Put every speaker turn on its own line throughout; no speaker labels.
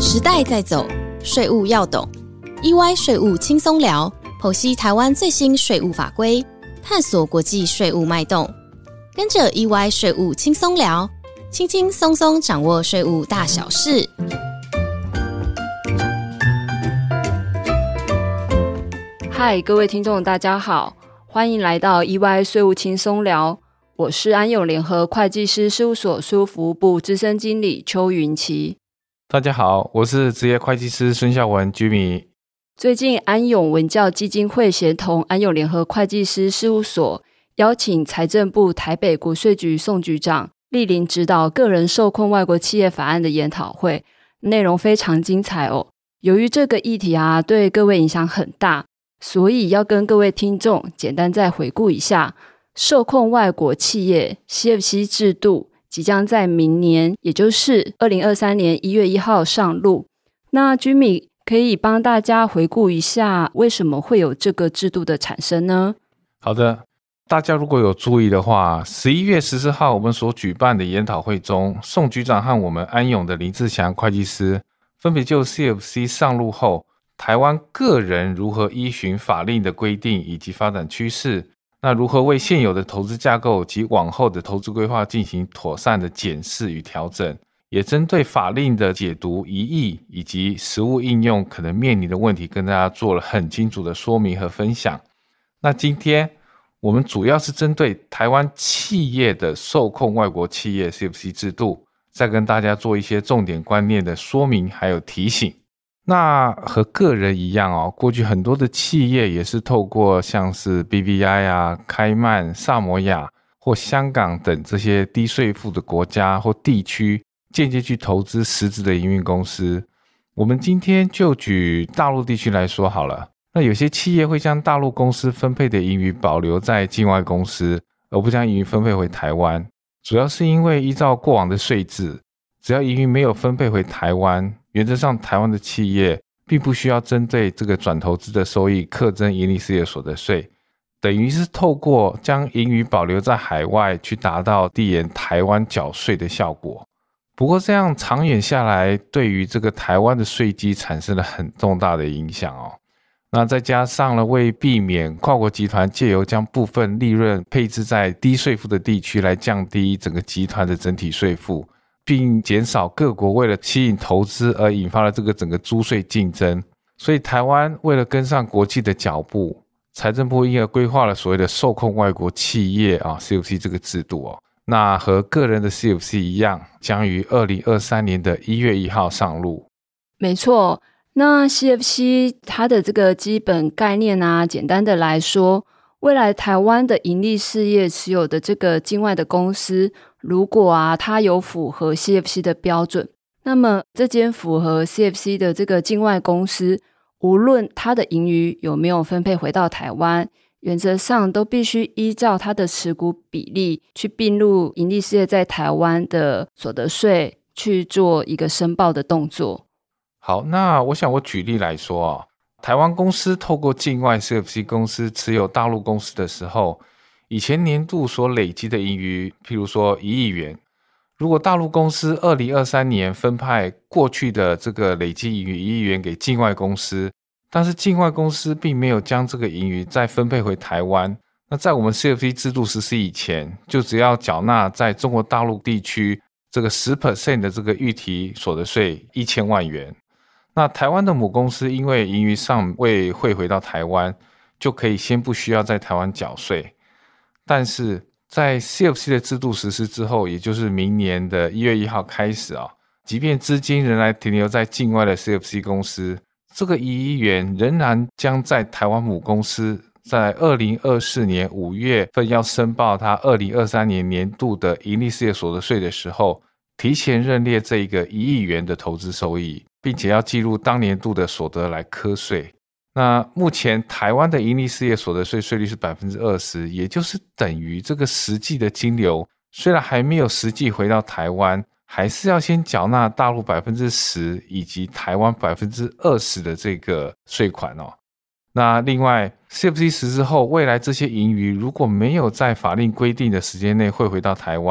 时代在走，税务要懂。EY 税务轻松聊，剖析台湾最新税务法规，探索国际税务脉动。跟着 EY 税务轻松聊，轻轻松松掌握税务大小事。
嗨，各位听众大家好，欢迎来到 EY 税务轻松聊，我是安永联合会计师事务所税务服务部资深经理邱云琪。
大家好，我是职业会计师孙孝文 Jimmy。
最近安永文教基金会协同安永联合会计师事务所邀请财政部台北国税局宋局长莅临指导个人受控外国企业法案的研讨会，内容非常精彩哦。由于这个议题对各位影响很大，所以要跟各位听众简单再回顾一下受控外国企业 CFC 制度即将在明年，也就是2023年1月1号上路。那 Jimmy 可以帮大家回顾一下为什么会有这个制度的产生呢？
好的，大家如果有注意的话，11月14号我们所举办的研讨会中，宋局长和我们安永的林志祥会计师分别就 CFC 上路后台湾个人如何依循法令的规定以及发展趋势，那如何为现有的投资架构及往后的投资规划进行妥善的检视与调整，也针对法令的解读疑义以及实务应用可能面临的问题跟大家做了很清楚的说明和分享。那今天我们主要是针对台湾企业的受控外国企业 CFC 制度，再跟大家做一些重点观念的说明还有提醒。那和个人一样过去很多的企业也是透过像是 BVI 开曼、萨摩亚或香港等这些低税负的国家或地区间接去投资实质的营运公司。我们今天就举大陆地区来说好了。那有些企业会将大陆公司分配的盈余保留在境外公司，而不将盈余分配回台湾，主要是因为依照过往的税制，只要盈余没有分配回台湾，原则上台湾的企业并不需要针对这个转投资的收益课征营利事业所得税，等于是透过将盈余保留在海外去达到递延台湾缴税的效果。不过这样长远下来，对于这个台湾的税基产生了很重大的影响那再加上了为避免跨国集团借由将部分利润配置在低税负的地区来降低整个集团的整体税负，并减少各国为了吸引投资而引发了这个整个租税竞争，所以台湾为了跟上国际的脚步，财政部因而规划了所谓的受控外国企业CFC 这个制度那和个人的 CFC 一样，将于2023年的1月1号上路。
没错，那 CFC 它的这个基本概念简单的来说，未来台湾的盈利事业持有的这个境外的公司，如果它有符合 CFC 的标准，那么这间符合 CFC 的这个境外公司，无论它的盈余有没有分配回到台湾，原则上都必须依照它的持股比例去并入盈利事业在台湾的所得税去做一个申报的动作。
好，那我想我举例来说台湾公司透过境外 CFC 公司持有大陆公司的时候，以前年度所累积的盈余，譬如说1亿元，如果大陆公司2023年分派过去的这个累积盈余1亿元给境外公司，但是境外公司并没有将这个盈余再分配回台湾，那在我们 CFC 制度实施以前，就只要缴纳在中国大陆地区这个 10% 的这个预提所得税1000万元。那台湾的母公司因为盈余尚未汇回到台湾，就可以先不需要在台湾缴税。但是在 CFC 的制度实施之后，也就是明年的1月1号开始即便资金仍然停留在境外的 CFC 公司，这个1亿元仍然将在台湾母公司在2024年5月份要申报它2023年年度的盈利事业所得税的时候，提前认列这一个1亿元的投资收益，并且要记录当年度的所得来课税。那目前台湾的盈利事业所得税税率是 20%， 也就是等于这个实际的金流虽然还没有实际回到台湾，还是要先缴纳大陆 10% 以及台湾 20% 的这个税款那另外 CFC 实施后，未来这些盈余如果没有在法令规定的时间内汇回到台湾，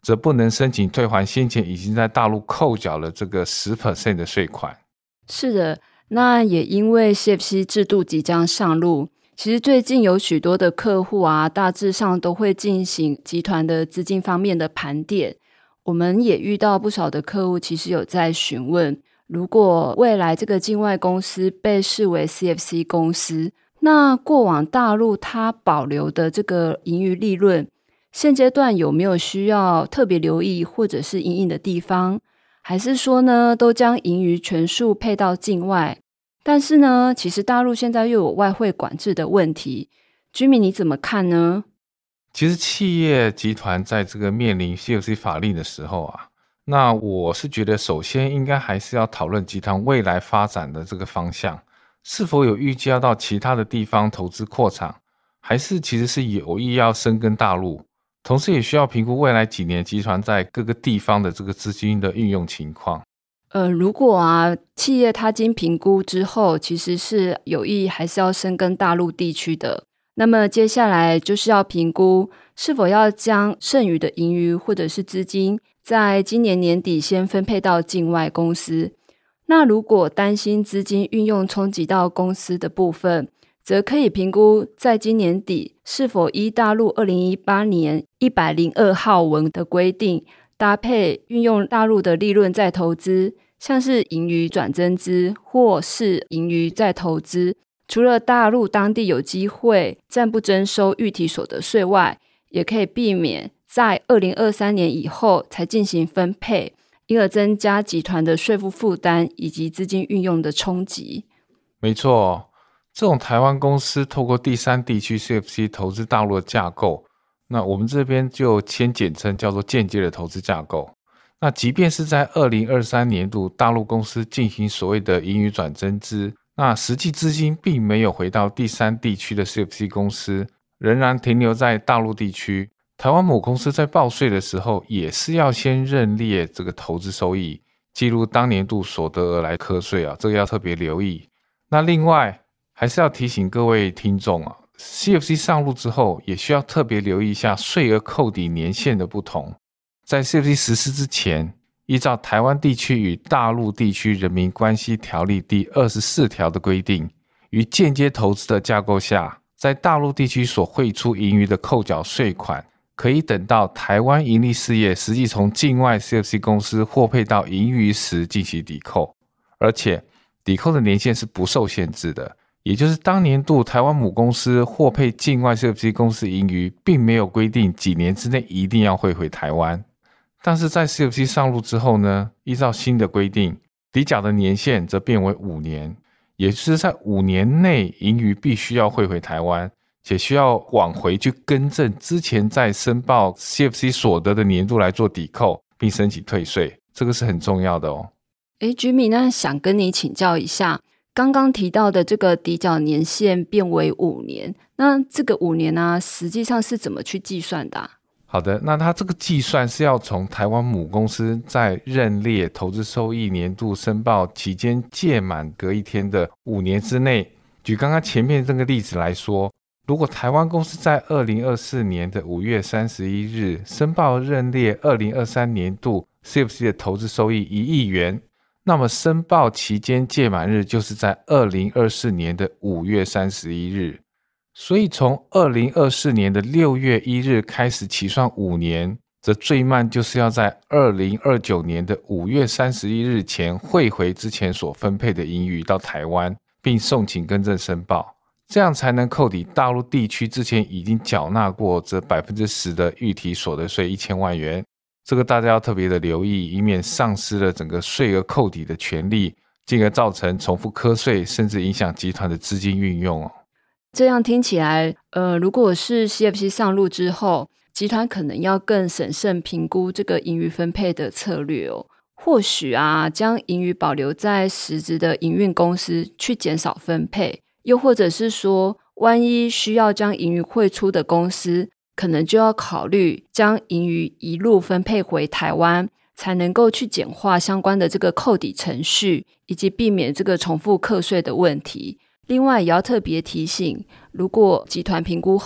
则不能申请退还先前已经在大陆扣缴了这个 10% 的税款。
是的，那也因为 CFC 制度即将上路，其实最近有许多的客户啊，大致上都会进行集团的资金方面的盘点。我们也遇到不少的客户其实有在询问，如果未来这个境外公司被视为 CFC 公司，那过往大陆它保留的这个盈余利润，现阶段有没有需要特别留意或者是因应的地方？还是说呢，都将盈余全数配到境外？但是呢，其实大陆现在又有外汇管制的问题，居民你怎么看呢？
其实企业集团在这个面临 CFC 法令的时候啊，那我是觉得首先应该还是要讨论集团未来发展的这个方向，是否有预计要到其他的地方投资扩厂，还是其实是有意要深耕大陆。同时也需要评估未来几年集团在各个地方的这个资金的运用情况。
如果企业它经评估之后，其实是有意还是要深耕大陆地区的，那么接下来就是要评估是否要将剩余的盈余或者是资金在今年年底先分配到境外公司。那如果担心资金运用冲击到公司的部分，则可以评估在今年底是否依大陆2018年102号文的规定，搭配运用大陆的利润再投资，像是盈余转增资或是盈余再投资。除了大陆当地有机会暂不征收预提所得税外，也可以避免在2023年以后才进行分配，因而增加集团的税负负担以及资金运用的冲击。
没错，这种台湾公司透过第三地区 CFC 投资大陆的架构，那我们这边就先简称叫做间接的投资架构。那即便是在2023年度大陆公司进行所谓的盈余转增资，那实际资金并没有回到第三地区的 CFC 公司，仍然停留在大陆地区。台湾母公司在报税的时候也是要先认列这个投资收益，记录当年度所得额来课税啊，这个要特别留意。那另外还是要提醒各位听众啊， CFC 上路之后也需要特别留意一下税额扣抵年限的不同。在 CFC 实施之前，依照台湾地区与大陆地区人民关系条例第24条的规定，于间接投资的架构下，在大陆地区所汇出盈余的扣缴税款，可以等到台湾营利事业实际从境外 CFC 公司获配到盈余时进行抵扣，而且抵扣的年限是不受限制的，也就是当年度台湾母公司获配境外 CFC 公司盈余，并没有规定几年之内一定要汇回台湾。但是在 CFC 上路之后呢，依照新的规定，抵缴的年限则变为5年，也就是在5年内盈余必须要汇回台湾，且需要往回去更正之前在申报 CFC 所得的年度来做抵扣，并申请退税，这个是很重要的哦。
Jimmy， 那想跟你请教一下，刚刚提到的这个抵缴年限变为5年，那这个5年呢，实际上是怎么去计算的
好的，那它这个计算是要从台湾母公司在认列投资收益年度申报期间届满隔一天的5年之内。举刚刚前面这个例子来说，如果台湾公司在2024年的5月31日申报认列2023年度 CFC 的投资收益1亿元，那么申报期间届满日就是在2024年的5月31日。所以从2024年的6月1日开始起算5年，则最慢就是要在2029年的5月31日前汇回之前所分配的盈余到台湾，并送请更正申报，这样才能扣抵大陆地区之前已经缴纳过这 10% 的预提所得税1000万元。这个大家要特别的留意，以免丧失了整个税额扣抵的权利，进而造成重复课税，甚至影响集团的资金运用哦。
这样听起来，如果是 CFC 上路之后，集团可能要更审慎评估这个盈余分配的策略哦。或许将盈余保留在实质的营运公司去减少分配，又或者是说，万一需要将盈余汇出的公司，可能就要考虑将盈余一路分配回台湾，才能够去简化相关的这个扣抵程序，以及避免这个重复课税的问题。另外也要特别提醒，如果集团评估后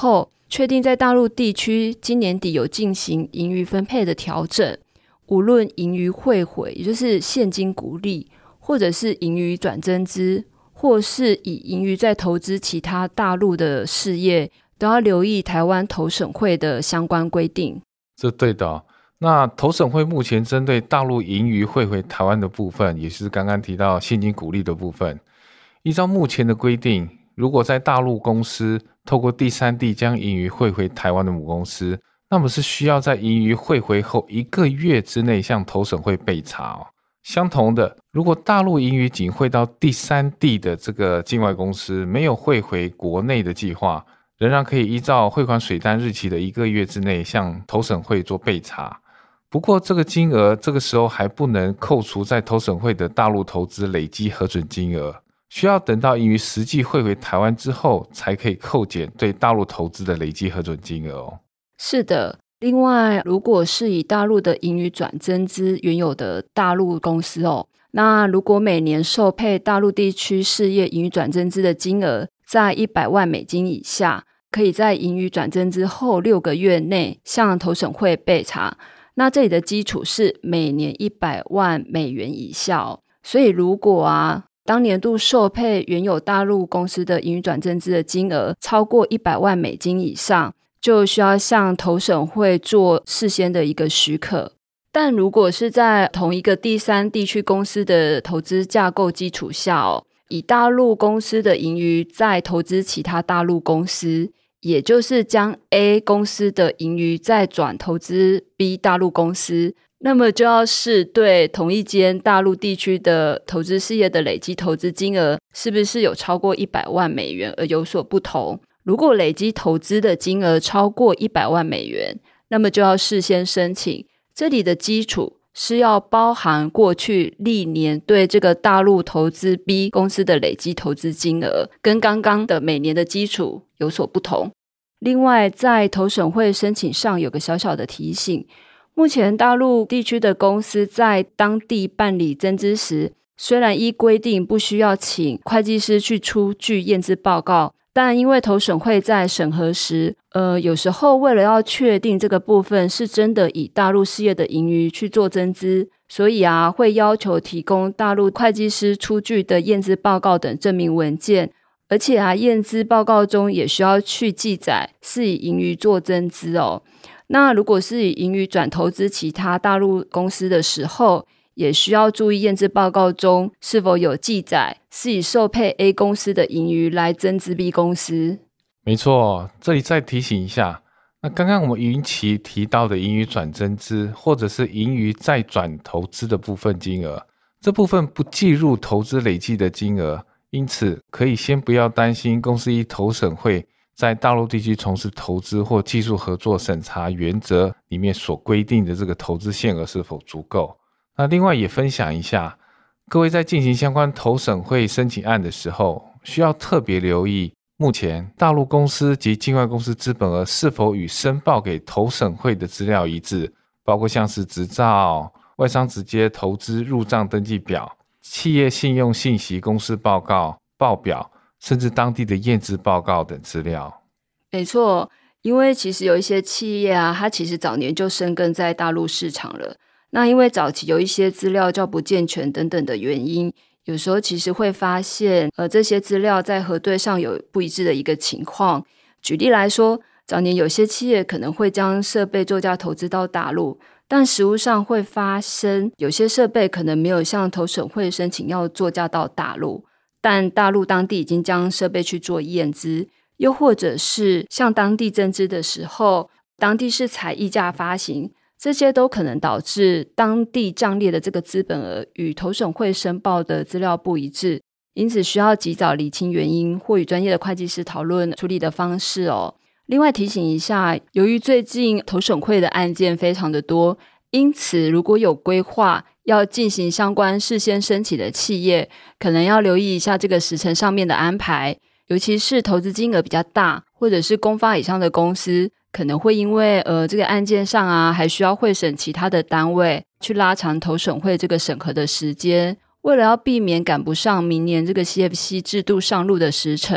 确定在大陆地区今年底有进行盈余分配的调整，无论盈余汇回，也就是现金股利，或者是盈余转增资，或是以盈余再投资其他大陆的事业，都要留意台湾投审会的相关规定。
这对的哦。那投审会目前针对大陆盈余汇回台湾的部分，也是刚刚提到现金股利的部分，依照目前的规定，如果在大陆公司透过第三地将盈余汇回台湾的母公司，那么是需要在盈余汇回后1个月之内向投审会备查哦。相同的，如果大陆盈余仅汇到第三地的这个境外公司，没有汇回国内的计划，仍然可以依照汇款水单日期的1个月之内向投审会做备查。不过这个金额这个时候还不能扣除在投审会的大陆投资累积核准金额，需要等到盈余实际汇回台湾之后，才可以扣减对大陆投资的累积核准金额哦。
是的，另外如果是以大陆的盈余转增资原有的大陆公司那如果每年受配大陆地区事业盈余转增资的金额在100万美金以下，可以在盈余转增资后6个月内向投审会备查。那这里的基础是每年100万美元以下所以如果当年度受配原有大陆公司的盈余转增资的金额超过100万美金以上，就需要向投审会做事先的一个许可。但如果是在同一个第三地区公司的投资架构基础下以大陆公司的盈余再投资其他大陆公司，也就是将 A 公司的盈余再转投资 B 大陆公司，那么就要视对同一间大陆地区的投资事业的累积投资金额是不是有超过100万美元而有所不同。如果累积投资的金额超过100万美元，那么就要事先申请。这里的基础是要包含过去历年对这个大陆投资 B 公司的累积投资金额，跟刚刚的每年的基础有所不同。另外在投审会申请上有个小小的提醒，目前大陆地区的公司在当地办理增资时，虽然依规定不需要请会计师去出具验资报告，但因为投审会在审核时有时候为了要确定这个部分是真的以大陆事业的盈余去做增资，所以会要求提供大陆会计师出具的验资报告等证明文件，而且验资报告中也需要去记载是以盈余做增资那如果是以盈余转投资其他大陆公司的时候，也需要注意验资报告中是否有记载是以受配 A 公司的盈余来增资 B 公司。
没错，这里再提醒一下，那刚刚我们云奇提到的盈余转增资或者是盈余再转投资的部分金额，这部分不计入投资累计的金额，因此可以先不要担心公司依投审会在大陆地区从事投资或技术合作审查原则里面所规定的这个投资限额是否足够。那另外也分享一下，各位在进行相关投审会申请案的时候，需要特别留意目前大陆公司及境外公司资本额是否与申报给投审会的资料一致，包括像是执照、外商直接投资入账登记表、企业信用信息公示报告、报表，甚至当地的验资报告等资料。
没错，因为其实有一些企业它其实早年就深耕在大陆市场了，那因为早期有一些资料较不健全等等的原因，有时候其实会发现这些资料在核对上有不一致的一个情况。举例来说，早年有些企业可能会将设备作价投资到大陆，但实务上会发生有些设备可能没有向投审会申请要作价到大陆，但大陆当地已经将设备去做验资，又或者是向当地增资的时候，当地是采溢价发行，这些都可能导致当地账列的这个资本额与投审会申报的资料不一致，因此需要及早厘清原因，或与专业的会计师讨论处理的方式另外提醒一下，由于最近投审会的案件非常的多，因此如果有规划要进行相关事先申请的企业，可能要留意一下这个时程上面的安排，尤其是投资金额比较大或者是公发以上的公司，可能会因为这个案件上还需要会审其他的单位，去拉长投审会这个审核的时间。为了要避免赶不上明年这个 CFC 制度上路的时程，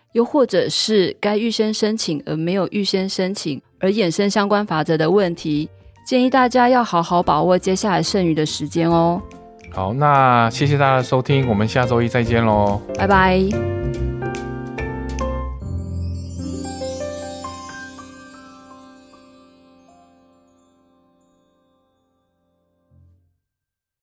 又或者是该预先申请而没有预先申请而衍生相关罚则的问题，建议大家要好好把握接下来剩余的时间哦。
好，那谢谢大家的收听，我们下周一再见咯，
拜拜。